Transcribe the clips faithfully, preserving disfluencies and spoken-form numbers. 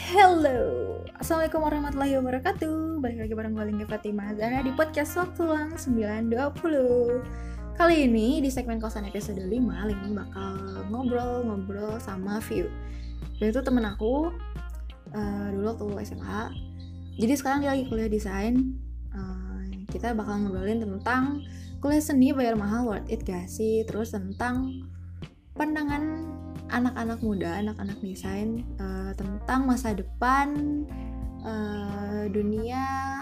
Hello, Assalamualaikum warahmatullahi wabarakatuh. Balik lagi bareng gue Lingga Fatimah Zara di podcast Waktu Luang sembilan dua puluh. Kali ini di segmen kosan episode lima, Lingga bakal ngobrol-ngobrol sama View. Dia itu temen aku uh, dulu waktu S M A. Jadi sekarang dia lagi kuliah desain. uh, Kita bakal ngobrolin tentang kuliah seni bayar mahal, worth it gak sih? Terus tentang pandangan anak-anak muda, anak-anak desain uh, tentang masa depan uh, dunia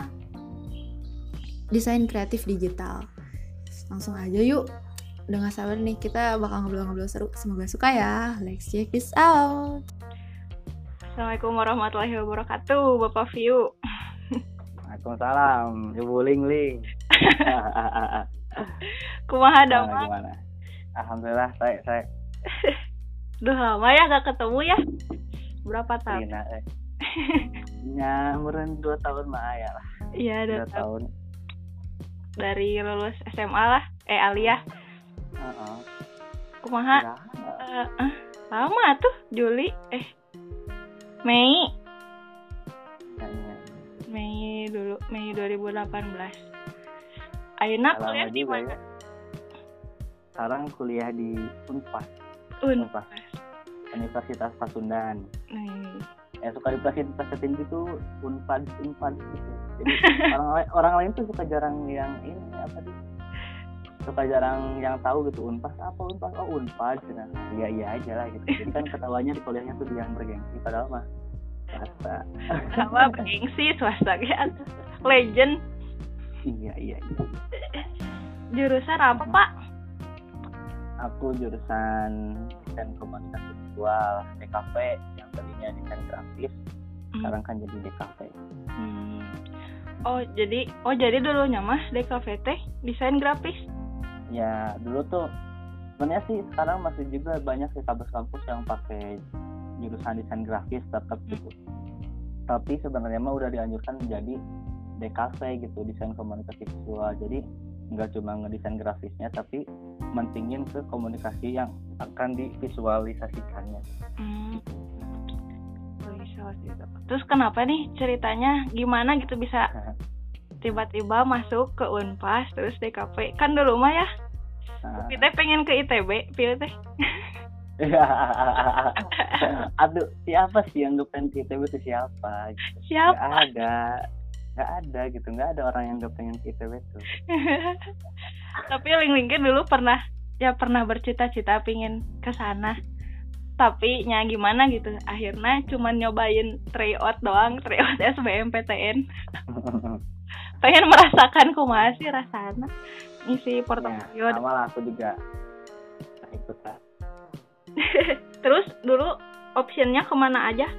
desain kreatif digital. Langsung aja yuk, udah gak sabar nih, kita bakal ngobrol-ngobrol seru. Semoga suka ya. Let's check this out. Assalamualaikum warahmatullahi wabarakatuh, Bapak View. Waalaikumsalam, Jubuling Ling. Kumaha Gimana, damang? gimana? Alhamdulillah, saya saya Duh lama ya gak ketemu ya. Berapa tahun? Rina, eh. Ya, meren dua tahun mah ya lah. Iya, Dua dua tahun. tahun. Dari lulus S M A lah, eh aliyah. Heeh. Kumaha? Ya, Uh, uh, lama tuh, Juli, eh Mei, ya, ya. Mei dulu, Mei dua ribu delapan belas. Ayeuna Lama kuliah di juga mana? ya. Sekarang kuliah di Unpad, Unpad. Universitas Pasundan. Nih. Ya suka diplesetin gitu, Unpad, Unpad gitu. Jadi orang lain orang lain tuh suka jarang yang ini apa sih? Suka jarang yang tahu gitu, Unpad apa Unpad? Oh Unpad, nah, iya iya aja lah gitu. Jadi kan ketawanya di kuliahnya tuh yang bergengsi, padahal mah swasta. Sama bergengsi swasta kan. Legend. Iya iya iya. Jurusan apa, Pak? Aku jurusan desain komunikasi visual D K V, yang tadinya desain grafis, sekarang kan jadi D K V. Hmm. Oh jadi, oh jadi dulunya Mas D K V T desain grafis. Ya dulu tuh sebenarnya sih sekarang masih juga banyak sih kampus-kampus yang pakai jurusan desain grafis tetap gitu. Tapi sebenarnya mah udah dianjurkan menjadi D K V gitu, desain komunikasi visual. Jadi nggak cuma ngedesain grafisnya, tapi mentingin ke komunikasi yang akan divisualisasikannya. Hmm. Terus kenapa nih ceritanya gimana gitu bisa tiba-tiba masuk ke Unpas terus D K V? Kan dulu mah ya Nah, kita pengen ke I T B, pilih teh. aduh siapa sih yang gak pengen I T B itu siapa? Siapa? Gak ada, gak ada gitu, gak ada orang yang gak pengen I T B tuh. Tapi Ling-Ling dulu pernah ya pernah bercita-cita pingin ke sana. Tapi nya gimana gitu, akhirnya cuman nyobain tryout doang, tryout S B M P T N. Pengen merasakan kumaha sih rasana ngisi portofolio. Ya, sama lah aku juga ikut lah. Terus dulu optionnya kemana aja?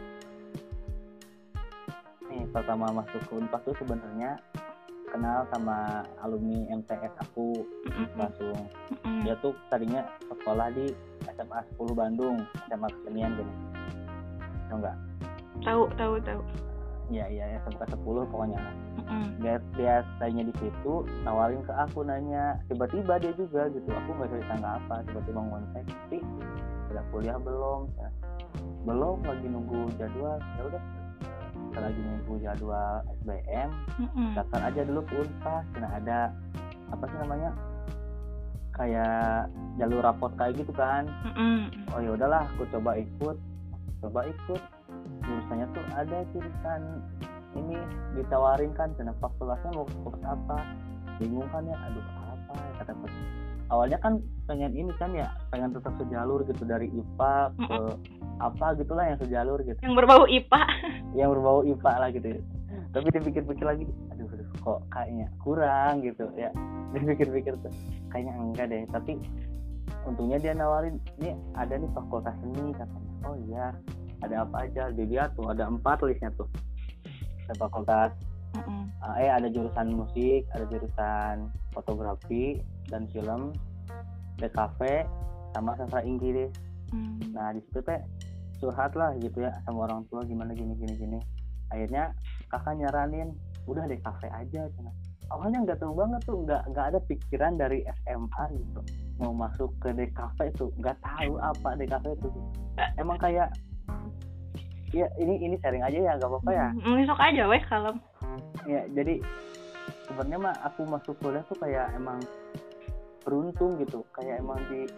Nih pertama masuk ke Unpad tuh sebenarnya kenal sama alumni M T S aku langsung. Mm-mm. Dia tuh tadinya sekolah di S M A sepuluh Bandung, S M A Kesenian gitu. Tahu nggak? Tahu, tahu, tahu. Iya iya S M K sepuluh pokoknya. Mm-mm. Dia dia tadinya di situ, nawarin ke aku nanya, tiba-tiba dia juga gitu. Aku nggak cerita nggak apa, tiba-tiba ngontek, tapi udah kuliah belum? Ya, belum, lagi nunggu jadwal. Ya udah, kita lagi nunggu jadwal S B M. Mm-mm. Daftar aja dulu ke Unpas. Nah ada apa sih namanya? Kayak jalur rapot kayak gitu kan. Mm-mm. Oh ya udahlah, aku coba ikut, coba ikut. Jurusannya tuh ada jurusan ini ditawarin kan, kenapa fakultasnya mau fokus apa? Bingung kan ya, aduh apa? Kata aku. Awalnya kan pengen ini kan ya, pengen tetap sejalur gitu dari I P A ke apa gitulah yang sejalur gitu. Yang berbau I P A. Yang berbau I P A lah gitu. Tapi dipikir-pikir lagi, aduh, aduh kok kayaknya kurang gitu ya. Dipikir-pikir tuh kayaknya enggak deh, tapi untungnya dia nawarin, ini ada nih fakultas seni katanya. Oh iya, ada apa aja? Dilihat tuh ada empat listnya tuh. Ada fakultas Mm-mm. eh ada jurusan musik, ada jurusan fotografi dan film, D K V sama sastra Inggris. Mm. Nah di situ teh curhat lah gitu ya sama orang tua gimana gini gini gini. Akhirnya kakak nyaranin udah D K V aja. Awalnya nggak tahu banget tuh, nggak nggak ada pikiran dari S M A gitu mau masuk ke D K V itu, nggak tahu apa D K V itu. Emang kayak Iya, ini ini sharing aja ya, gak apa-apa ya. Hmm, sok aja weh kalem. Ya, jadi sebenarnya mah aku masuk kuliah tuh kayak emang beruntung gitu, kayak emang di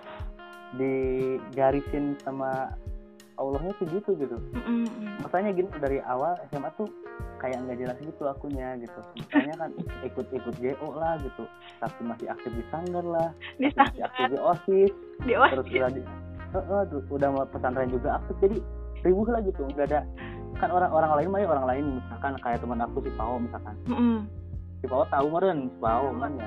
digarisin sama Allahnya tuh gitu gitu. Mm-mm. Makanya gini, dari awal S M A tuh kayak nggak jelas gitu akunya gitu. Misalnya kan ikut-ikut J O lah gitu, tapi masih aktif di sanggar lah, Di tapi masih aktif di OSIS, Di terus OSIS. udah di, uh, uh, tuh, udah mau pesantren juga aktif, jadi ribuh lah gitu. Nggak ada kan orang-orang lain mah ya orang lain, misalkan kayak teman aku si Pao misalkan, Mm-mm. si Pao tahu meren si Pao kan ya,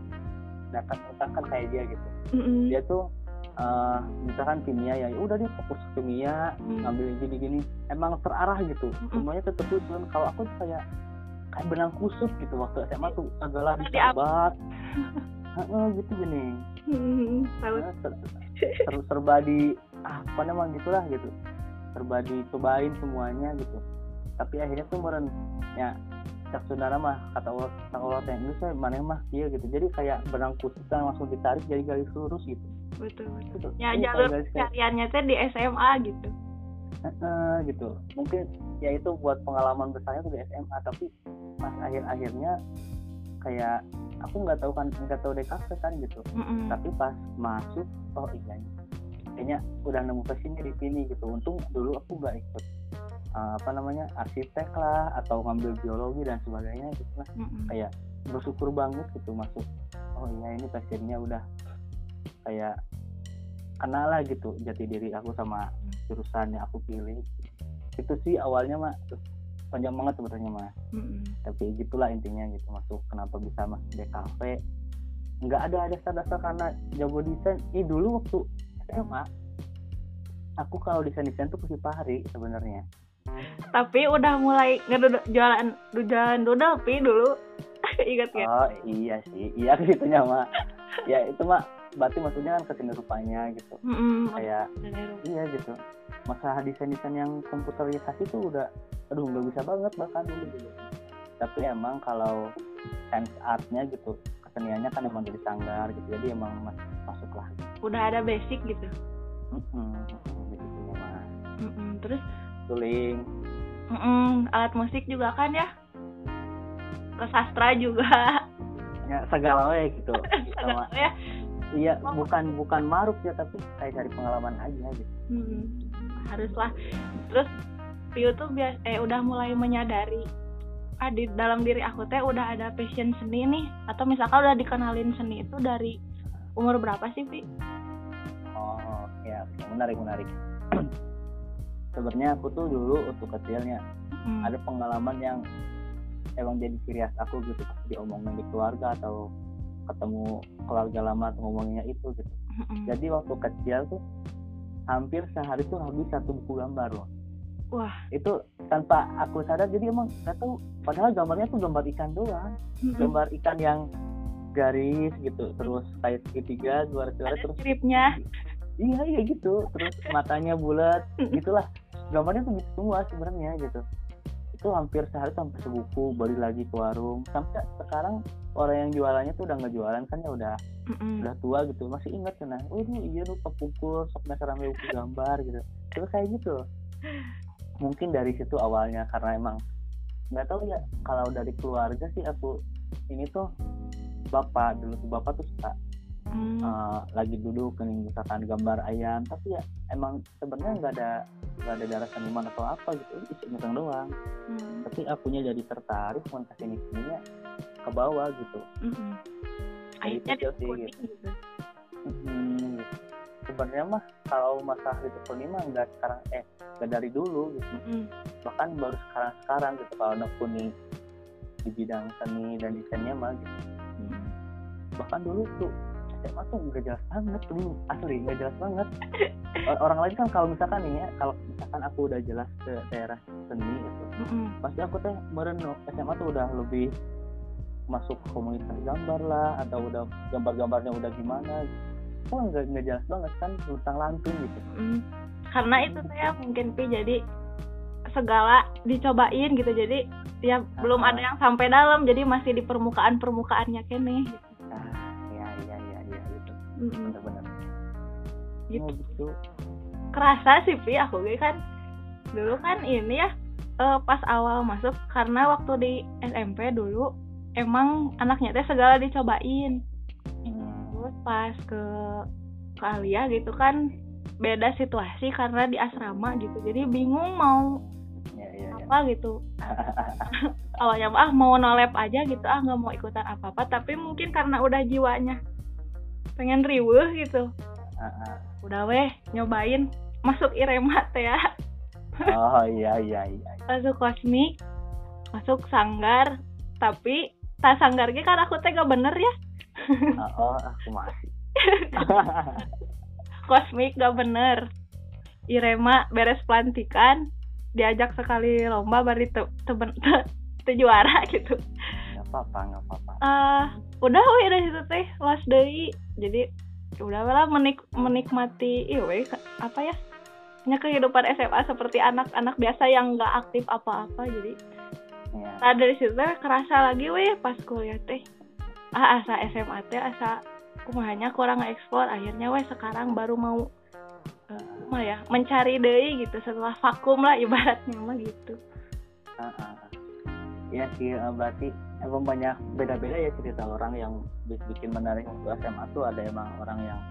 nah kan misalkan kayak dia gitu, Mm-mm. dia tuh uh, misalkan kimia ya udah dia fokus kimia, Mm. ngambil gini-gini, emang terarah gitu, Mm-mm. semuanya tetap tujuan. Kalau aku tuh kayak kayak benang kusut gitu waktu S M A tuh, segala Di disabat, heeh gitu gini, Mm-mm. Tahu. Nah, ser- ser- serba di ah apa namanya gitulah gitu, serba dicobain semuanya gitu. Tapi akhirnya tuh meren ya, cak saudara mah kata Allah, kata Allah teh ini saya mana mah iya gitu, jadi kayak benang kusut kan langsung ditarik jadi garis lurus gitu. Betul betul. Gitu. Ya Iya, jalur garis kayak- cariannya teh di S M A gitu. Heeh, gitu. Mungkin ya itu buat pengalaman besarnya tuh di S M A, tapi pas akhir-akhirnya kayak aku nggak tahu kan, nggak tahu D K V kan gitu. Mm-mm. Tapi pas masuk, oh iya, kayaknya udah nemu passionnya di sini gitu. Untung dulu aku nggak ikut uh, apa namanya arsitek lah atau ngambil biologi dan sebagainya gitu lah. Mm-mm. Kayak bersyukur banget gitu masuk. Oh iya, ini passionnya udah kayak kenal lah gitu jati diri aku sama jurusan yang aku pilih. Itu sih awalnya mah panjang banget sebenarnya mah. Mm-mm. Tapi gitulah intinya gitu, masuk kenapa bisa masuk D K V. Nggak ada dasar-dasar karena jago desain. Ini dulu waktu S M A aku kalau desain-desain tuh pasti pahri sebenarnya. Tapi udah mulai ngeduduk jualan jualan dodol pi dulu. Ingat ya? Oh iya sih, iya gitunya mah. Ya itu mah berarti maksudnya kan kesini rupanya gitu. Mm-mm. Kayak iya gitu. Masalah desain-desain yang komputerisasi tuh udah aduh nggak bisa banget bahkan dulu gitu. Tapi emang kalau sense artnya gitu, keseniannya kan emang dari sanggar gitu, jadi emang mas- masuk lah gitu. Udah ada basic gitu. Mm-mm, gitu mah. Mm-mm. Terus Tuling. mm-mm, alat musik juga kan ya? Ke sastra juga. Ya segala we gitu. Sama, ya. iya bukan bukan maruf ya, tapi kayak cari pengalaman aja gitu. Hmm, haruslah. Terus Piu tuh bias eh udah mulai menyadari ah di dalam diri aku teh udah ada passion seni nih, atau misalkan udah dikenalin seni itu dari umur berapa sih Pi? Oh ya, menarik menarik. Sebenarnya aku tuh dulu waktu kecilnya Hmm. ada pengalaman yang emang jadi ciri khas aku gitu, diomongin di keluarga atau ketemu keluarga lama atau ngomonginnya itu gitu. Hmm. Jadi waktu kecil tuh hampir sehari tuh habis satu buku gambar loh. Wah. Itu tanpa aku sadar, jadi emang nggak tahu, padahal gambarnya tuh gambar ikan doang, Hmm. gambar ikan yang garis gitu, terus kayak segitiga, garis-garis, Ada terus stripnya. iya iya gitu, terus matanya bulat, gitulah. Gambarnya tuh gitu semua sebenarnya gitu. Itu hampir sehari sampai sebuku, balik lagi ke warung. Sampai sekarang orang yang jualannya tuh udah nggak jualan kan ya, udah Mm-mm. udah tua gitu, masih ingat kan? Oh iya lupa pukul, sok nasaran buku gambar gitu. Terus kayak gitu loh. Mungkin dari situ awalnya, karena emang nggak tahu ya, kalau dari keluarga sih aku ini tuh bapak dulu tuh bapak tuh suka Hmm. uh, lagi duduk nih misalkan gambar ayam, tapi ya emang sebenarnya nggak ada nggak ada darah seniman atau apa gitu, isi ngeteng doang. Hmm. Tapi akunya jadi tertarik mau kesini sininya ke bawah gitu. Mm-mm. Dari Akhirnya kecil sih ditekuni gitu. gitu. Hmm, gitu. Sebenarnya mah kalau masalah ditekuni mah nggak sekarang eh nggak dari dulu gitu. Mm-mm. Bahkan baru sekarang sekarang gitu kalau nekuni di bidang seni dan desainnya mah gitu. Hmm. Bahkan dulu tuh S M A tuh nggak jelas banget tuh, asli nggak jelas banget. Or- orang lain kan kalau misalkan nih ya, kalau misalkan aku udah jelas ke daerah seni itu, Mm-mm. pasti aku teh merenung S M A tuh udah lebih masuk komunitas gambar lah, atau udah gambar-gambarnya udah gimana gitu. Kok nggak nggak jelas banget kan, luntang lantung gitu. Mm. Karena itu tuh ya mungkin Pi, jadi segala dicobain gitu, jadi ya belum ada yang sampai dalam, jadi masih di permukaan permukaannya kene gitu. Ah ya ya ya ya gitu, Mm-mm. bener-bener Gitu. oh, gitu. Kerasa sih Pi, aku gue kan dulu kan ini ya uh, pas awal masuk karena waktu di S M P dulu emang anaknya teh segala dicobain. Hmm. Terus pas ke ke Alia gitu kan beda situasi karena di asrama gitu. Jadi bingung mau Ya, ya, ya. apa gitu. Awalnya ah mau nolep aja gitu, ah nggak mau ikutan apa-apa. Tapi mungkin karena udah jiwanya pengen riweuh gitu. Uh-uh. Udah weh nyobain masuk Irema teh ya. Oh iya iya iya. Masuk kosmik, masuk sanggar, tapi tas sanggar ge kan aku teh gak bener ya. Oh, aku masih. Kosmik gak bener. Irema beres pelantikan, diajak sekali lomba baru te, te, te, te juara gitu. Nggak apa-apa nggak apa-apa. Ah, uh, udah weh dari situ teh last day. Jadi udah lah menik menikmati iya weh apa ya? Nya kehidupan S M A seperti anak-anak biasa yang nggak aktif apa-apa. Jadi Ya. nah dari situ kerasa lagi weh pas kuliah teh. Ah asa S M A teh asa kumahanya kurang nge-explore, akhirnya weh sekarang baru mau uh, ya mencari deui gitu setelah vakum lah ibaratnya mah gitu. Uh-uh. Ya sih, berarti emang banyak beda-beda ya cerita orang yang bikin menarik waktu S M A tuh. Ada emang orang yang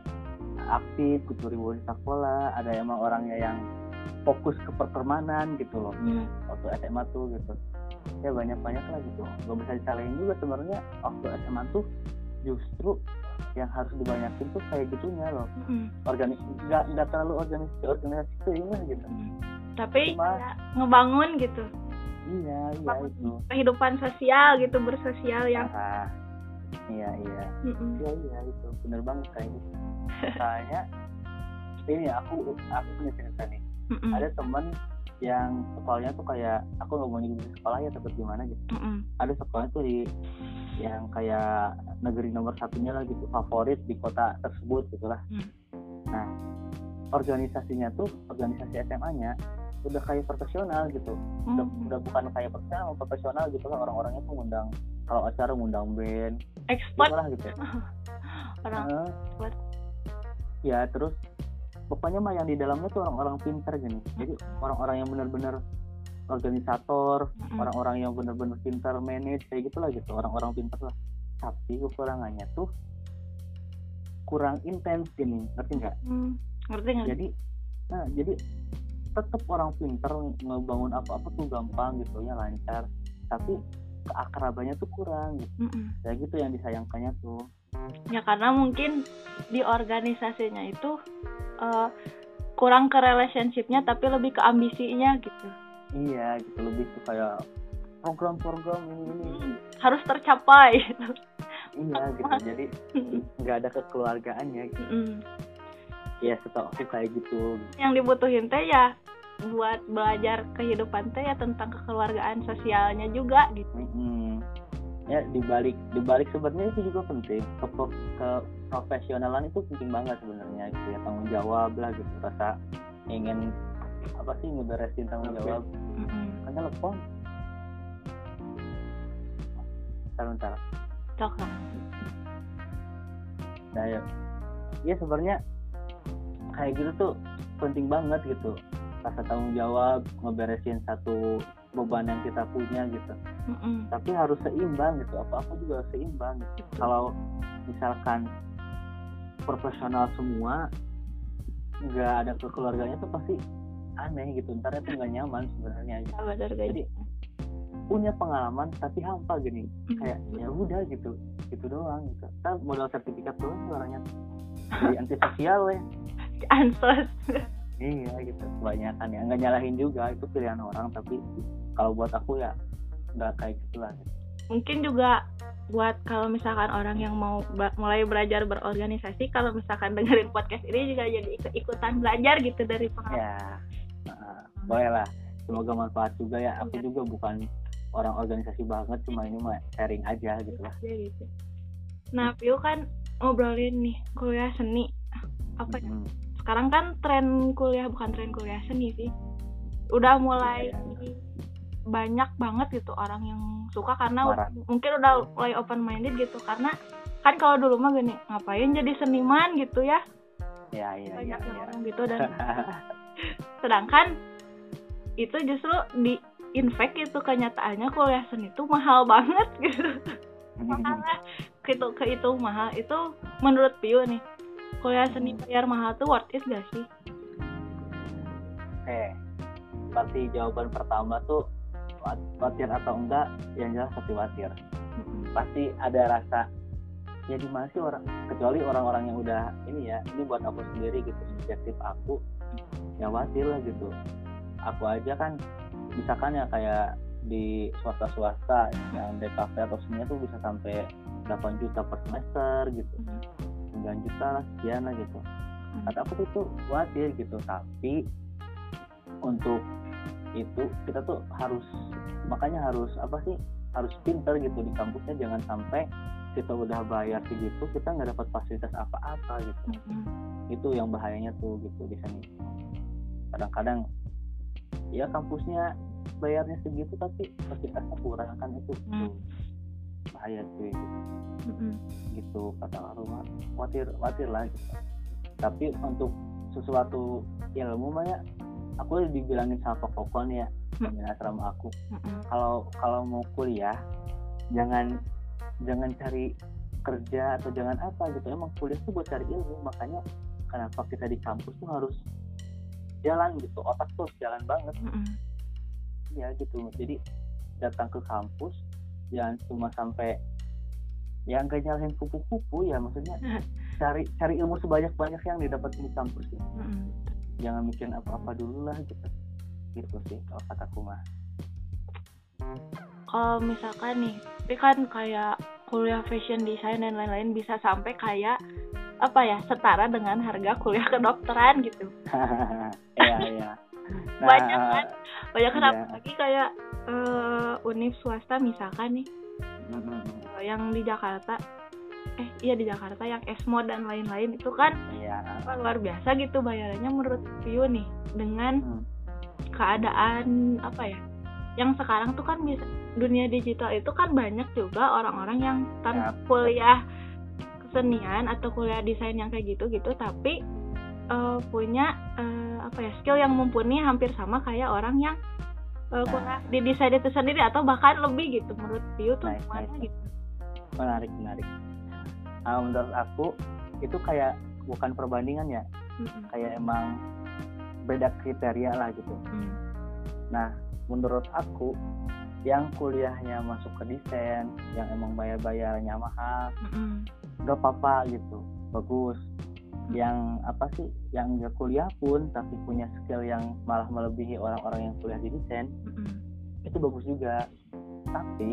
aktif gitu ribu di sekolah, ada emang orangnya yang fokus ke pertemanan gitu loh. Hmm. Waktu S M A tuh gitu ya banyak-banyak lah gitu, gak bisa disalahin juga sebenarnya. Waktu S M A tuh justru yang harus dibanyakin tuh kayak gitunya loh. Hmm. Organis nggak nggak terlalu organisasi organisasi tuh ini gitu. Hmm. Tapi Cuma, ya, ngebangun gitu. Iya iya itu kehidupan sosial gitu, bersosial yang ah, iya iya Mm-mm. iya iya itu bener banget kayak gitu. Soalnya ini aku aku punya cerita nih. Mm-mm. Ada teman yang sekolahnya tuh kayak aku nggak mau nyebut sekolah ya tapi gimana gitu. Mm-mm. Ada sekolahnya tuh di yang kayak negeri nomor satunya lah gitu, favorit di kota tersebut gitulah. Mm. Nah organisasinya tuh organisasi S M A-nya udah kayak profesional gitu. Udah, mm. udah bukan kayak profesional, profesional gitu lah. Orang-orangnya tuh ngundang, kalau acara ngundang band expert lah gitu. Orang uh, ya terus pokoknya mah yang di dalamnya tuh orang-orang pintar gini. Jadi orang-orang yang benar-benar organisator, mm. orang-orang yang benar-benar pintar manage kayak gitulah gitu, orang-orang pintar lah. Tapi kekurangannya tuh kurang intens gini, ngerti nggak? Mm. Ngerti nggak? Jadi, nah jadi tetap orang pintar ngebangun apa-apa tuh gampang gitu ya, lancar. Tapi keakrabannya tuh kurang gitu. Mm-mm. Ya gitu yang disayangkannya tuh. Ya karena mungkin di organisasinya itu uh, kurang ke relationship-nya tapi lebih ke ambisinya gitu. Iya gitu, lebih ke kayak program-program ini harus tercapai gitu. Iya gitu, jadi nggak ada kekeluargaannya gitu. Mm. Ya setahu aku kayak gitu. Yang dibutuhin teh ya buat belajar kehidupan teh ya tentang kekeluargaan sosialnya juga gitu. Mm-hmm. Ya dibalik dibalik sebenarnya itu juga penting, ke, ke profesionalan itu penting banget sebenarnya gitu ya, tanggung jawab lah gitu, rasa ingin apa sih ngeberesin tanggung jawab. Mm-hmm. Kan telepon bentar-bentar coklat. Nah ya, ya sebenarnya kayak gitu tuh penting banget gitu, rasa tanggung jawab, ngeberesin satu beban yang kita punya gitu. Mm-mm. Tapi harus seimbang gitu, apa-apa juga harus seimbang gitu. Kalau misalkan profesional semua nggak ada keluarganya tuh pasti aneh gitu, ntar itu nggak nyaman sebenarnya gitu. Jadi punya pengalaman tapi hampa gini, kayak ya udah gitu gitu doang gitu, kan modal sertifikat doang orangnya jadi antisosial ya. Ansos. Iya gitu, kebanyakan ya, nggak nyalahin juga, itu pilihan orang, tapi kalau buat aku ya nggak kayak gitulah gitu. Mungkin juga buat kalau misalkan orang yang mau ba- mulai belajar berorganisasi, kalau misalkan dengerin podcast ini juga jadi ikut-ikutan belajar gitu dari pengalaman. Ya uh, boleh lah, semoga manfaat juga ya. Aku juga bukan orang organisasi banget, cuma ini mah sharing aja gitu lah. Ya, gitu. Nah Piu kan ngobrolin nih kuliah seni apa ya? Hmm. Sekarang kan tren kuliah, bukan tren kuliah seni sih, udah mulai ya, ya. banyak banget gitu orang yang suka karena Marah. mungkin udah mulai open minded gitu, karena kan kalau dulu mah gini, ngapain jadi seniman gitu ya, ya, ya banyak ya, orang ya. gitu. Dan sedangkan itu justru di infek itu kenyataannya kuliah seni itu mahal banget gitu. Makanya gitu ke itu mahal itu menurut Piu nih, kuliah seni bayar mahal tuh worth it gak sih? Eh, berarti jawaban pertama tuh khawatir atau enggak, yang jelas pasti khawatir. Pasti ada rasa ya gimana sih orang, kecuali orang-orang yang udah ini ya, ini buat aku sendiri gitu, subjektif aku ya khawatir lah gitu. Aku aja kan misalkan ya kayak di swasta-swasta yang D K V atau seninya tuh bisa sampai delapan juta per semester gitu, sembilan juta lah sekian lah gitu. Kata aku tuh tuh khawatir gitu, tapi untuk itu kita tuh harus, makanya harus apa sih, harus pintar gitu di kampusnya, jangan sampai kita udah bayar segitu kita nggak dapat fasilitas apa-apa gitu. Mm-hmm. Itu yang bahayanya tuh gitu di sini. Kadang-kadang ya kampusnya bayarnya segitu tapi fasilitasnya kurang kan, itu mm. bahaya cuy gitu. Mm-hmm. Gitu kata rumah, khawatir khawatir lah gitu. Tapi untuk sesuatu ilmu mah ya aku dibilangin sama pokokon ya di asrama aku, kalau kalau mau kuliah jangan jangan cari kerja atau jangan apa gitu, emang kuliah tuh buat cari ilmu. Makanya kenapa kita di kampus tuh harus jalan gitu, otak tuh harus jalan banget. Ya gitu, jadi datang ke kampus jangan cuma sampai yang nggak nyalahin kupu-kupu ya, maksudnya cari cari ilmu sebanyak-banyak yang didapat di kampus gitu. Jangan mikirin apa-apa dulu lah gitu. Gitu sih kalau kataku mah. Kalau misalkan nih, tapi kan kayak kuliah fashion design dan lain-lain bisa sampai kayak apa ya, setara dengan harga kuliah kedokteran gitu. Iya iya. Nah, banyak kan, banyak kan iya. Apalagi kayak uh, univ swasta misalkan nih, mm-hmm. yang di Jakarta. Eh iya di Jakarta yang Esmo dan lain-lain itu kan iya. Luar biasa gitu bayarannya menurut Piu nih, dengan hmm. keadaan apa ya yang sekarang tuh kan bisa, dunia digital itu kan banyak juga orang-orang yang tanpa ya. Kuliah kesenian atau kuliah desain yang kayak gitu-gitu tapi uh, punya uh, apa ya skill yang mumpuni hampir sama kayak orang yang uh, kuliah nah. di desain itu sendiri atau bahkan lebih gitu. Menurut Piu tuh nice, gimana nice. Gitu? Menarik menarik. Nah, menurut aku itu kayak bukan perbandingan ya, mm-hmm. kayak emang beda kriteria lah gitu. Mm. Nah, menurut aku yang kuliahnya masuk ke desain, yang emang bayar-bayarnya mahal, mm-hmm. gak apa-apa gitu, bagus. Mm. Yang apa sih, yang gak kuliah pun tapi punya skill yang malah melebihi orang-orang yang kuliah di desain, mm-hmm. itu bagus juga. Tapi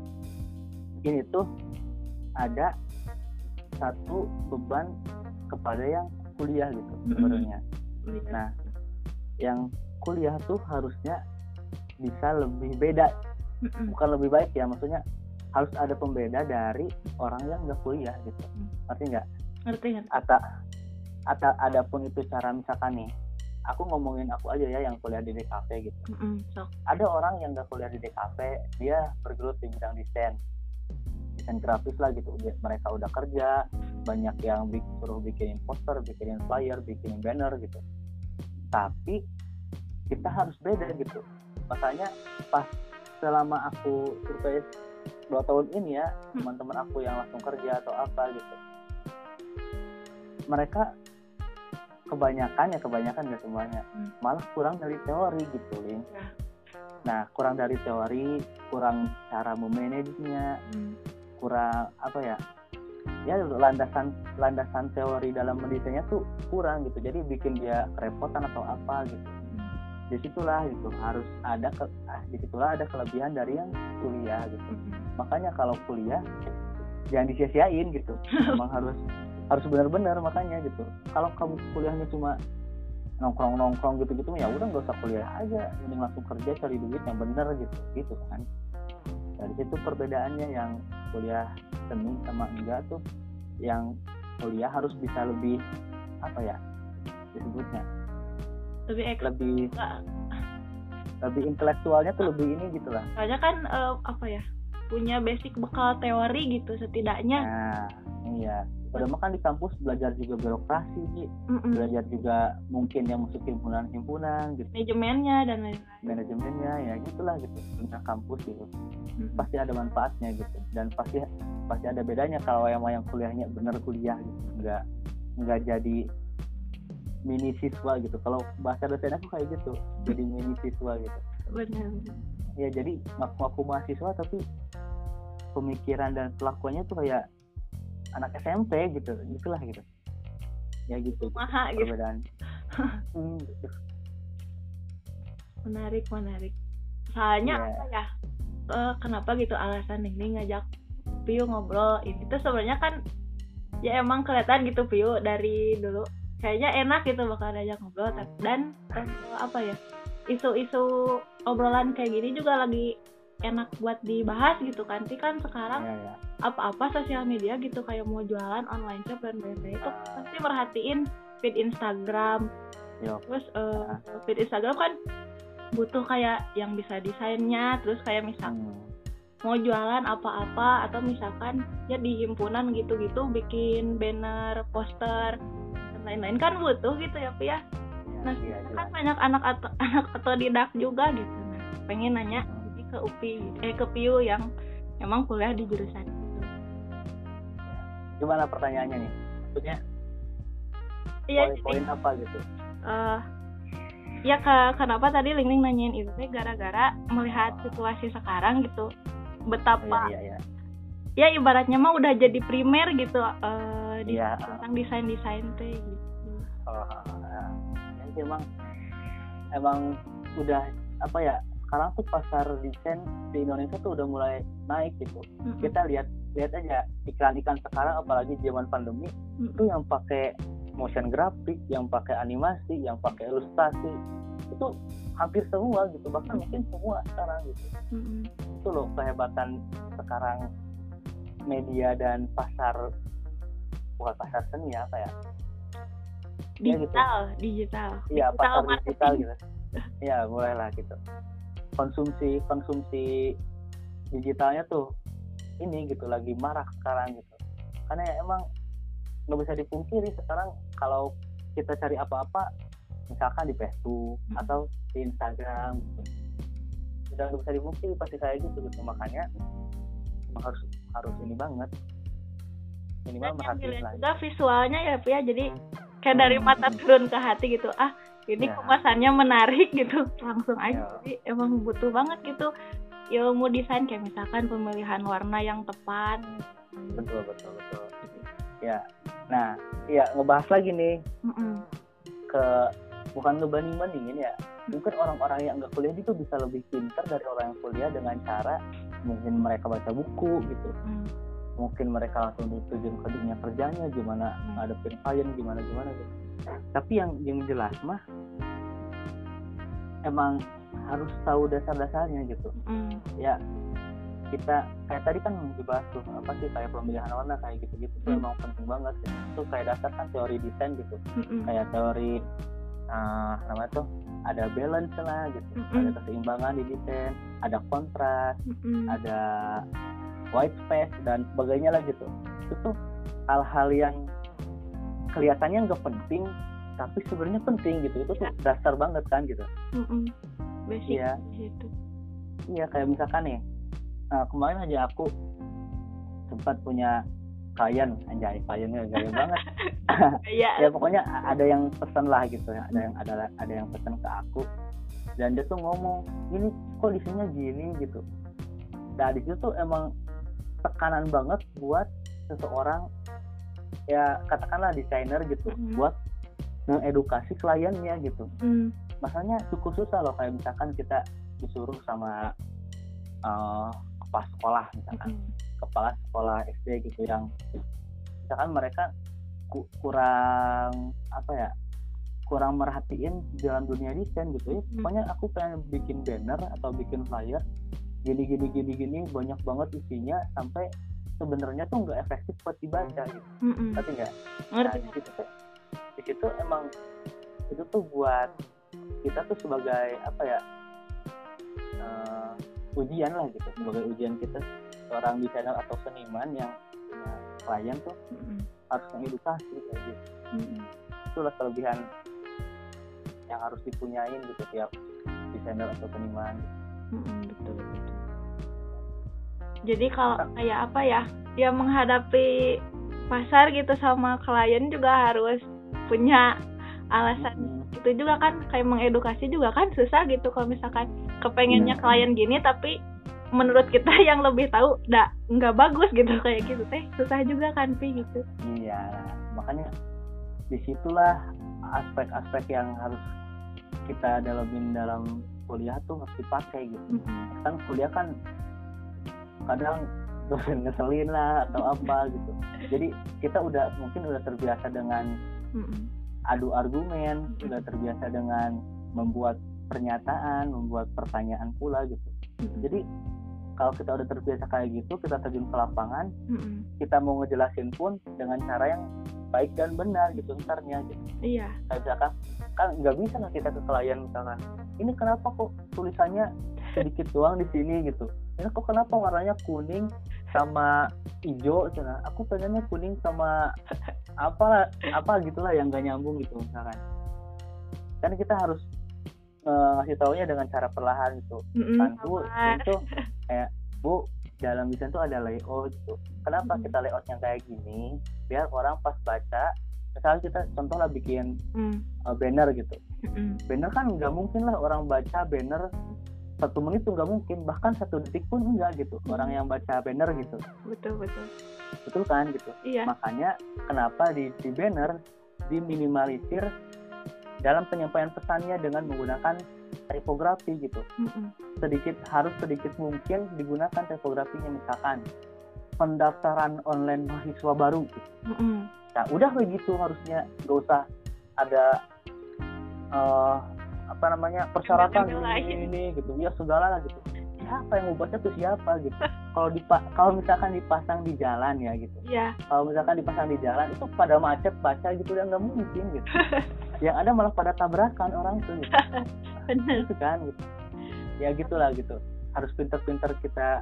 ini tuh ada satu beban kepada yang kuliah gitu sebenarnya. Mm-hmm. Nah, yang kuliah tuh harusnya bisa lebih beda, mm-hmm. bukan lebih baik ya, maksudnya harus ada pembeda dari orang yang nggak kuliah gitu. Ngerti nggak? Ngerti ngerti. Atau atau ada pun itu cara, misalkan nih, aku ngomongin aku aja ya yang kuliah di D K V gitu. Mm-hmm. So. Ada orang yang nggak kuliah di D K V, dia bergelut di bidang desain. Desain grafis lah gitu, mereka udah kerja, banyak yang suruh bikinin poster, bikinin flyer, bikinin banner gitu. Tapi kita harus beda gitu. Makanya pas selama aku survei dua tahun ini ya, hmm. teman-teman aku yang langsung kerja atau apa gitu, mereka kebanyakan ya kebanyakan nggak semuanya, hmm. malah kurang dari teori gitu, Ling. Ya. Nah, kurang dari teori, kurang cara memanajenya. Hmm. kurang apa ya ya landasan landasan teori dalam mendesainnya tuh kurang gitu, jadi bikin dia kerepotan atau apa gitu. Disitulah gitu harus ada ke, ah, disitulah ada kelebihan dari yang kuliah gitu. Makanya kalau kuliah jangan disia-siain gitu, memang harus harus benar-benar. Makanya gitu, kalau kamu kuliahnya cuma nongkrong-nongkrong gitu-gitu ya udah nggak usah kuliah aja, mending langsung kerja cari duit yang benar gitu gitu kan. Dari situ perbedaannya, yang kuliah seni sama enggak tuh, yang kuliah harus bisa lebih apa ya disebutnya, lebih ek- lebih lebih intelektualnya tuh lebih ini gitulah. Soalnya kan uh, apa ya punya basic bekal teori gitu setidaknya. Nah iya Padahal mah kan di kampus belajar juga birokrasi, Mm-mm. belajar juga mungkin yang masuk himpunan-himpunan gitu, manajemennya dan lain-lain. manajemennya ya gitulah gitu, tentang kampus gitu. Mm-mm. Pasti ada manfaatnya gitu, dan pasti pasti ada bedanya kalau yang yang kuliahnya bener kuliah gitu, nggak nggak jadi mini siswa gitu. Kalau bahasa dosen aku kayak gitu, jadi mini siswa gitu. Benar. Ya jadi ngaku-ngaku mahasiswa tapi pemikiran dan kelakuannya tuh kayak anak S M P gitu, gitulah gitu. Ya gitu. Maha gitu. Perbedaan. hmm, gitu. Menarik, menarik. Soalnya Yeah. apa ya? Uh, kenapa gitu alasan ini ngajak Piu ngobrol ini tuh sebenarnya kan ya emang kelihatan gitu Piu dari dulu kayaknya enak gitu bakal diajak ngobrol, dan uh, apa ya, isu-isu obrolan kayak gini juga lagi enak buat dibahas gitu kan. Tapi kan sekarang Ya, ya. apa-apa sosial media gitu kayak mau jualan online shop dan lain-lain itu pasti merhatiin feed Instagram. Yo. Terus uh, feed Instagram kan butuh kayak yang bisa desainnya, terus kayak misal Hmm. mau jualan apa-apa atau misalkan ya di himpunan gitu-gitu bikin banner, poster dan lain-lain kan butuh gitu ya Pi ya. Nah, Iya, kan jelas. banyak anak atau anak otodidak juga gitu. Nah, pengen nanya ini ke Upi eh ke Piu yang emang kuliah di jurusan itu. Gimana pertanyaannya nih? Maksudnya Iya, poin-poin jadi apa gitu? eh ya ke, kenapa tadi Ling Ling nanyain itu teh gara-gara melihat situasi sekarang gitu. Betapa Iya, iya, iya. ya ibaratnya mah udah jadi primer gitu eh di Iya. tentang desain-desain teh gitu. Oh, nah, jadi emang emang udah apa ya, sekarang tuh pasar desain di Indonesia tuh udah mulai naik gitu. Mm-mm. Kita lihat lihat aja iklan-iklan sekarang, apalagi zaman pandemi Mm-mm. itu yang pakai motion graphic, yang pakai animasi, yang pakai ilustrasi itu hampir semua gitu, bahkan mungkin semua sekarang gitu. Mm-mm. Itu loh kehebatan sekarang media dan pasar, bukan pasar seni ya, apa ya? Ya, gitu. Digital, digital. Iya, pasar marketing. digital gitu. Iya, mulailah gitu. Konsumsi konsumsi digitalnya tuh ini gitu lagi marak sekarang gitu. Karena ya emang nggak bisa dipungkiri sekarang kalau kita cari apa-apa, misalkan di Facebook Hmm. atau di Instagram, gitu. Udah nggak bisa dipungkiri pasti kayak gitu gitu. Makanya emang harus harus ini banget. Minimal Dan yang merhatiin dilihat lah. juga visualnya ya Pia, jadi kayak dari mata turun ke hati gitu. Ah, ini Ya. kemasannya menarik gitu, langsung aja. Ya. Jadi emang butuh banget gitu ilmu desain kayak misalkan pemilihan warna yang tepat. Betul betul betul. Ya. Nah, ya ngebahas lagi nih Mm-mm. ke bukan ngebanding-bandingin ya, mungkin orang-orang yang nggak kuliah itu bisa lebih pintar dari orang yang kuliah dengan cara mungkin mereka baca buku gitu, Mm. mungkin mereka langsung diterjun ke dunia kerjanya, gimana ngadepin klien, gimana gimana gitu. Tapi yang yang jelas mah emang harus tahu dasar-dasarnya gitu. Mm. Ya kita kayak tadi kan dibahas tuh apa sih kayak pemilihan warna kayak gitu-gitu tuh Hmm. emang penting banget gitu. Itu kayak dasar kan teori desain gitu. Mm-mm. Kayak teori uh, namanya tuh ada balance lah gitu, Mm-mm. ada keseimbangan di desain, ada kontras, Mm-mm. ada white space dan sebagainya lah gitu. Itu tuh hal-hal yang kelihatannya nggak penting tapi sebenarnya penting gitu. Itu tuh dasar banget kan gitu. Mm-mm. Basic Iya. gitu. Iya, kayak misalkan nih, nah, kemarin aja aku sempat punya klien, anjay kliennya gaya banget. Iya. Ya pokoknya ada yang pesan lah gitu, ada yang ada ada yang pesan ke aku dan dia tuh ngomong, ini kok desainnya gini gitu. Nah di situ tuh emang tekanan banget buat seseorang ya katakanlah desainer gitu, Mm. buat mengedukasi kliennya gitu. Mm. Masalahnya cukup susah loh, kayak misalkan kita disuruh sama uh, kepala sekolah misalkan, Mm. kepala sekolah S D gitu yang misalkan mereka ku- kurang apa ya, kurang merhatiin dalam dunia desain gitu ya. Hmm. Pokoknya aku pengen bikin banner atau bikin flyer gini gini gini gini banyak banget isinya sampai sebenarnya tuh nggak efektif buat dibaca gitu. Mm-mm. Ngerti nggak? Nah Ngerti. di situ tuh di situ emang itu tuh buat kita tuh sebagai apa ya, uh, ujian lah gitu, sebagai ujian kita seorang desainer atau seniman yang punya klien tuh Mm-mm. harus mengedukasi kayak gitu. Mm-mm. Itulah kelebihan yang harus dipunyain gitu tiap desainer atau seniman. Mm-mm, betul betul. Jadi kalau kayak apa ya, ya menghadapi pasar gitu sama klien juga harus punya alasan. Hmm. Itu juga kan kayak mengedukasi juga kan susah gitu kalau misalkan kepengennya klien gini tapi menurut kita yang lebih tahu dah nggak bagus gitu kayak gitu teh susah juga kan Pi gitu. Iya, makanya disitulah aspek-aspek yang harus kita dalamin dalam kuliah tuh harus dipakai gitu. Mm-mm. Kan kuliah kan kadang dosen ngeselin lah atau apa gitu. Jadi kita udah mungkin udah terbiasa dengan Mm-mm. adu argumen, udah terbiasa dengan membuat pernyataan, membuat pertanyaan pula gitu. Mm-mm. Jadi kalau kita udah terbiasa kayak gitu, kita terjun ke lapangan, Mm-mm. kita mau ngejelasin pun dengan cara yang baik dan benar gitu entarnya gitu. Iya. Kayak misalkan kan nggak bisa lah kita ke klien misalkan, ini kenapa kok tulisannya sedikit doang di sini gitu, ini kok kenapa warnanya kuning sama hijau, cina aku pengennya kuning sama apa apa gitulah yang gak nyambung gitu misalkan. Kan kita harus uh, ngasih taunya dengan cara perlahan gitu. Mm-mm, Kan bu, sabar. itu kayak bu dalam desain tuh ada layout gitu. Kenapa Mm. kita layoutnya kayak gini? Biar orang pas baca, misalnya kita contoh lah bikin Mm. uh, banner gitu. Mm-mm. Banner kan nggak mungkin lah orang baca banner satu menit tuh nggak mungkin, bahkan satu detik pun enggak gitu. Orang yang baca banner gitu, Betul betul. betul kan gitu. Iya. Makanya kenapa di, di banner diminimalisir dalam penyampaian pesannya dengan menggunakan tipografi gitu. Mm-mm. Sedikit harus sedikit mungkin digunakan tipografinya, misalkan pendaftaran online mahasiswa baru gitu. Mm-mm. Nah udah begitu harusnya, nggak usah ada uh, apa namanya persyaratan Embel-embel lain. ini, ini gitu ya segala lah gitu. Siapa yang mau baca tuh siapa gitu. Kalau dipa kalau misalkan dipasang di jalan ya gitu. Iya. Kalau misalkan dipasang di jalan itu pada macet baca gitu dan nggak mungkin gitu. Yang ada malah pada tabrakan orang tuh gitu. Benar. Gitu kan gitu. Ya gitulah gitu. Harus pintar-pintar kita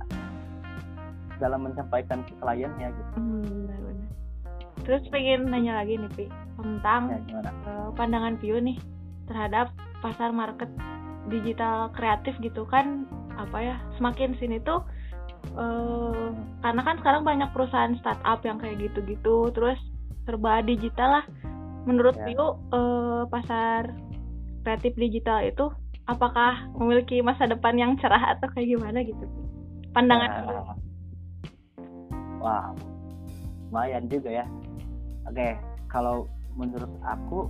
dalam menyampaikan ke kliennya gitu. Hmm, benar-benar. Terus pengen nanya lagi nih Pi tentang Ya gimana? uh, pandangan Pio nih terhadap pasar market digital kreatif gitu kan, apa ya, semakin sini tuh uh, karena kan sekarang banyak perusahaan startup yang kayak gitu-gitu terus serba digital lah. Menurut Ya. Pio uh, pasar kreatif digital itu apakah memiliki masa depan yang cerah atau kayak gimana gitu pandangan Pio? Wah. Wah, lumayan juga ya. Oke, kalau menurut aku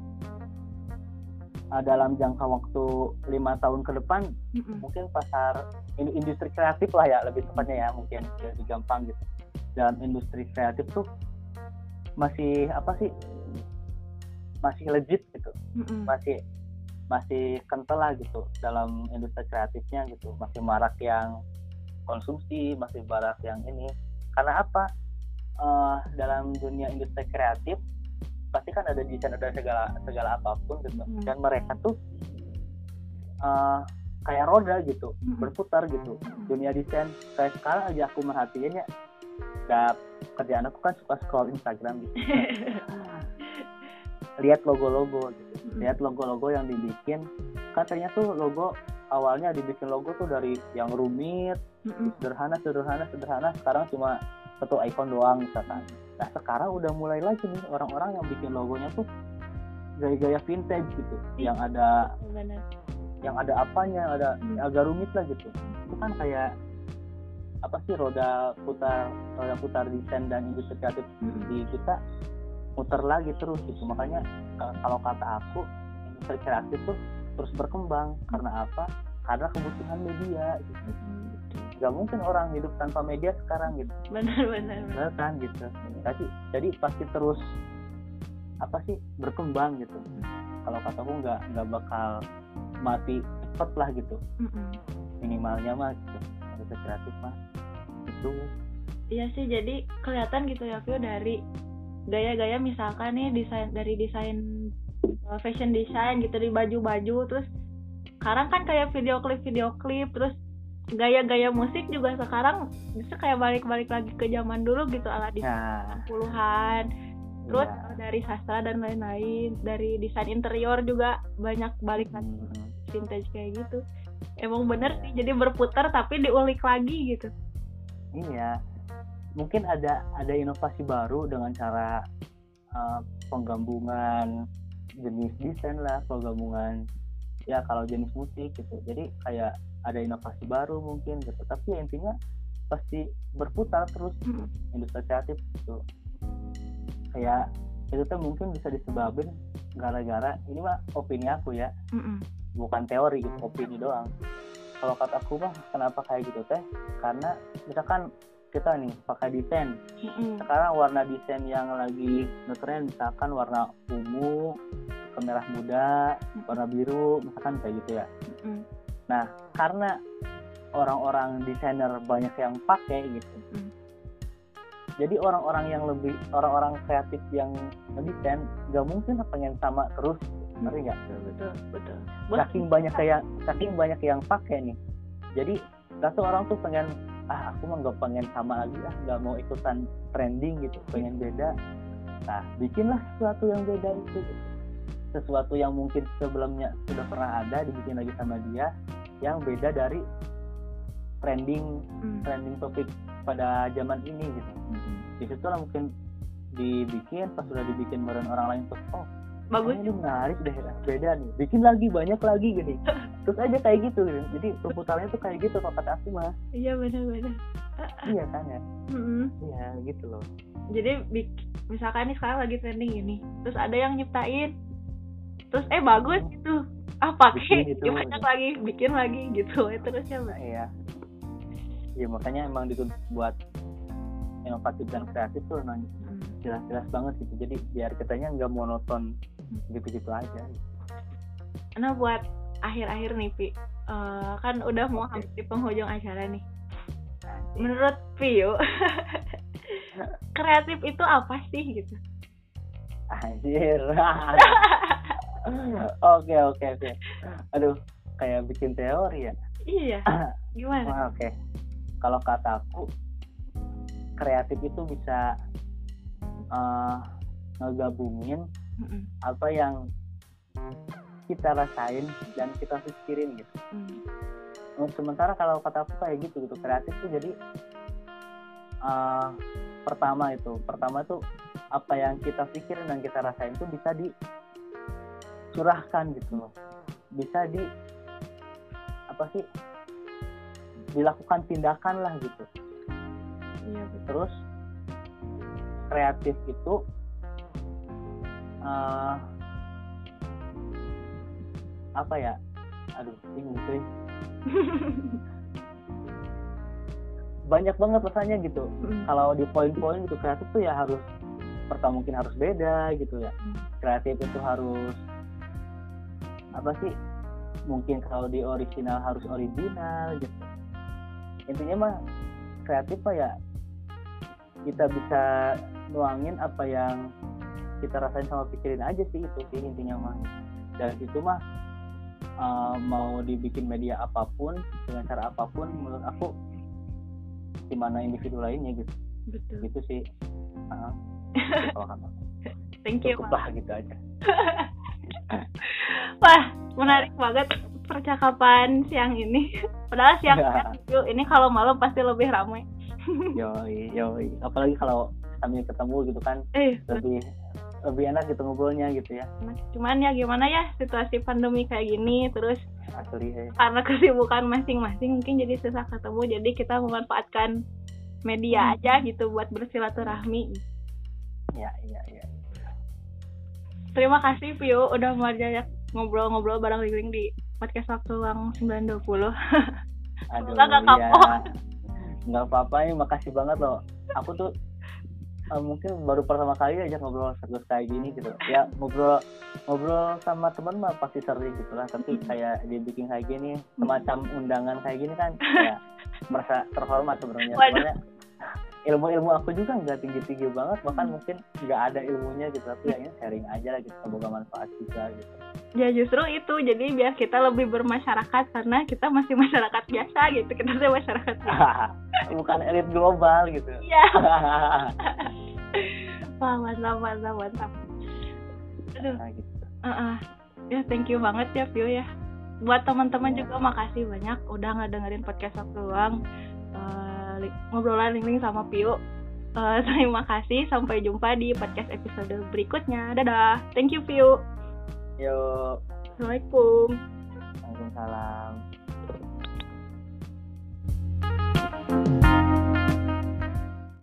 uh, dalam jangka waktu lima tahun ke depan Mm-mm. mungkin pasar in- industri kreatif lah ya lebih tepatnya ya, mungkin lebih gampang gitu. Dalam industri kreatif tuh masih apa sih? Masih legit gitu. Mm-mm. Masih masih kental lah gitu dalam industri kreatifnya gitu. Masih marak yang konsumsi, masih marak yang ini. Karena apa? Uh, dalam dunia industri kreatif pasti kan ada desain, ada segala segala apapun gitu. Hmm. Dan mereka tuh uh, kayak roda gitu, Hmm. berputar gitu. Dunia desain kayak sekarang aja aku merhatiinnya, dan kerjaan aku kan suka scroll Instagram gitu. Lihat logo-logo gitu. Lihat logo-logo yang dibikin, katanya tuh logo awalnya dibikin logo tuh dari yang rumit, Mm-mm. sederhana sederhana sederhana sekarang cuma satu icon doang misalkan. Nah sekarang udah mulai lagi nih orang-orang yang bikin logonya tuh gaya-gaya vintage gitu, yang ada Benar. yang ada apanya, ada Hmm. agak rumit lah gitu. Itu kan kayak apa sih, roda putar roda putar desain dan industri kreatif Mm-mm. di kita muter lagi terus gitu. Makanya uh, kalau kata aku industri kreatif tuh terus berkembang. Karena apa? Karena kebutuhan media gitu. Mm-mm. Gak mungkin orang hidup tanpa media sekarang gitu. Benar-benar. Benar kan gitu. Jadi jadi pasti terus apa sih berkembang gitu. Kalau kataku nggak nggak bakal mati cepet lah gitu. Mm-mm. Minimalnya mah gitu. Industri kreatif mah itu. Iya sih, jadi kelihatan gitu ya Vio dari gaya-gaya misalkan nih desain dari desain uh, fashion design gitu di baju-baju, terus sekarang kan kayak video klip video klip terus gaya-gaya musik juga sekarang bisa kayak balik-balik lagi ke zaman dulu gitu ala di Nah, puluhan Terus Iya. dari sastra dan lain-lain, dari desain interior juga banyak balik lagi Hmm, vintage kayak gitu. Emang bener Iya. sih, jadi berputar tapi diulik lagi gitu. iya. Mungkin ada ada inovasi baru dengan cara uh, penggabungan jenis desain lah, penggabungan ya kalau jenis musik gitu. Jadi kayak ada inovasi baru mungkin gitu. Tapi ya intinya pasti berputar terus Mm. industri kreatif gitu. Kayak itu tuh mungkin bisa disebabin gara-gara ini mah opini aku ya, Mm-mm. bukan teori gitu, opini doang. Kalau kata aku mah kenapa kayak gitu teh? Karena misalkan kita nih pakai desain, Mm-mm. sekarang warna desain yang lagi ngetren misalkan warna ungu, kemerah muda, warna biru, misalkan kayak gitu ya. Mm-mm. Nah, karena orang-orang desainer banyak yang pakai gitu. Mm. Jadi orang-orang yang lebih orang-orang kreatif yang ngedesain gak mungkin pengen sama terus, ngerti nggak? Betul, betul, betul. Saking banyak kayak saking banyak yang pakai nih. Jadi satu orang tuh pengen ah aku mah gak pengen sama lagi ah, gak mau ikutan trending gitu, pengen beda. Nah, bikinlah sesuatu yang beda itu. Sesuatu yang mungkin sebelumnya sudah pernah ada dibikin lagi sama dia yang beda dari trending Mm. trending topik pada zaman ini gitu. Mm-mm. Di situ lah mungkin dibikin, pas sudah dibikin bareng orang lain tuh, oh Bagus. ini menarik deh, beda nih, bikin lagi banyak lagi gini, terus aja kayak gitu, gitu. Jadi perputarannya tuh kayak gitu kalau kata aku mah. Iya, benar-benar. Iya kan ya, Mm-mm. iya gitu loh. Jadi bik- misalkan nih sekarang lagi trending ini, terus ada yang nyiptain, terus eh bagus Hmm. gitu, ah pakai, Bikin gitu. banyak lagi, bikin lagi gitu, eh, terus ya Mbak. Iya, iya makanya emang dituntut buat inovatif dan kreatif tuh emang Mm. jelas-jelas banget gitu. Jadi biar kitanya nggak monoton gitu-gitu aja. Nah buat akhir-akhir nih Pi, eh, kan udah mau Oke. hampir di penghujung acara nih. Menurut Pi yuk, kreatif itu apa sih gitu? Anjir. Oke oke oke. Aduh, kayak bikin teori ya. Iya, gimana? Wah, oke. Kalau kata aku, kreatif itu bisa uh, ngegabungin Mm-mm. apa yang kita rasain dan kita pikirin gitu. Mm. Untuk sementara kalau kata aku kayak gitu gitu, kreatif tuh jadi uh, pertama itu, pertama tuh apa yang kita pikirin dan kita rasain tuh bisa dicurahkan gitu loh, bisa di apa sih dilakukan tindakan lah gitu. Iya betul. Terus kreatif itu uh, apa ya? Aduh, bingung cuy. Banyak banget rasanya gitu. Mm. Kalau di poin-poin gitu kreatif tuh ya harus pertama mungkin harus beda gitu ya. Mm. Kreatif itu harus apa sih? Mungkin kalau di original harus original gitu. Intinya mah kreatif mah ya kita bisa nuangin apa yang kita rasain sama pikirin aja sih, itu sih intinya mah. Dan itu mah uh, mau dibikin media apapun dengan cara apapun menurut aku gimana individu lainnya gitu. Betul. Gitu sih. Uh, kalau kata aku. Thank you. Cukup lah gitu aja. Wah, menarik banget percakapan siang ini. Padahal siang kan, yuk, ini kalau malam pasti lebih ramai. Yoi, yoi. Apalagi kalau sambil ketemu gitu kan, Eh, lebih lebih enak gitu ngobrolnya gitu ya. cuman ya gimana ya situasi pandemi kayak gini, terus Asli eh. karena kesibukan masing-masing mungkin jadi susah ketemu, jadi kita memanfaatkan media aja gitu buat bersilaturahmi. Ya, iya, iya. Terima kasih Pio udah mau ajak ngobrol-ngobrol bareng Lingling di podcast Waktu Luang sembilan dua puluh. Aduh, Semoga gak kapok. ya. Nggak apa-apa nih, makasih banget loh. Aku tuh uh, mungkin baru pertama kali aja ngobrol serius kayak gini gitu. Ya ngobrol ngobrol sama teman mah pasti sering gitu lah. Tapi kayak dibikin kayak gini, semacam undangan kayak gini kan, ya merasa terhormat sebenarnya. Waduh. Soalnya ilmu-ilmu aku juga nggak tinggi-tinggi banget, bahkan mungkin nggak ada ilmunya gitu. Tapi ya ini sharing aja lah gitu, semoga manfaat juga gitu. Ya justru itu, jadi biar kita lebih bermasyarakat karena kita masih masyarakat biasa gitu, kita tuh masyarakat biasa. Bukan elit global gitu. Iya. Wah, mantap, mantap, mantap. Aduh, Nah, gitu. uh-uh. Ya thank you banget ya View ya. Buat teman-teman Ya. juga makasih banyak udah ngedengerin podcast Waktu Luang. Uh, li- ngobrolan Ling Ling sama View. Uh, terima kasih, sampai jumpa di podcast episode berikutnya. Dadah. Thank you View. Yuk. Assalamualaikum.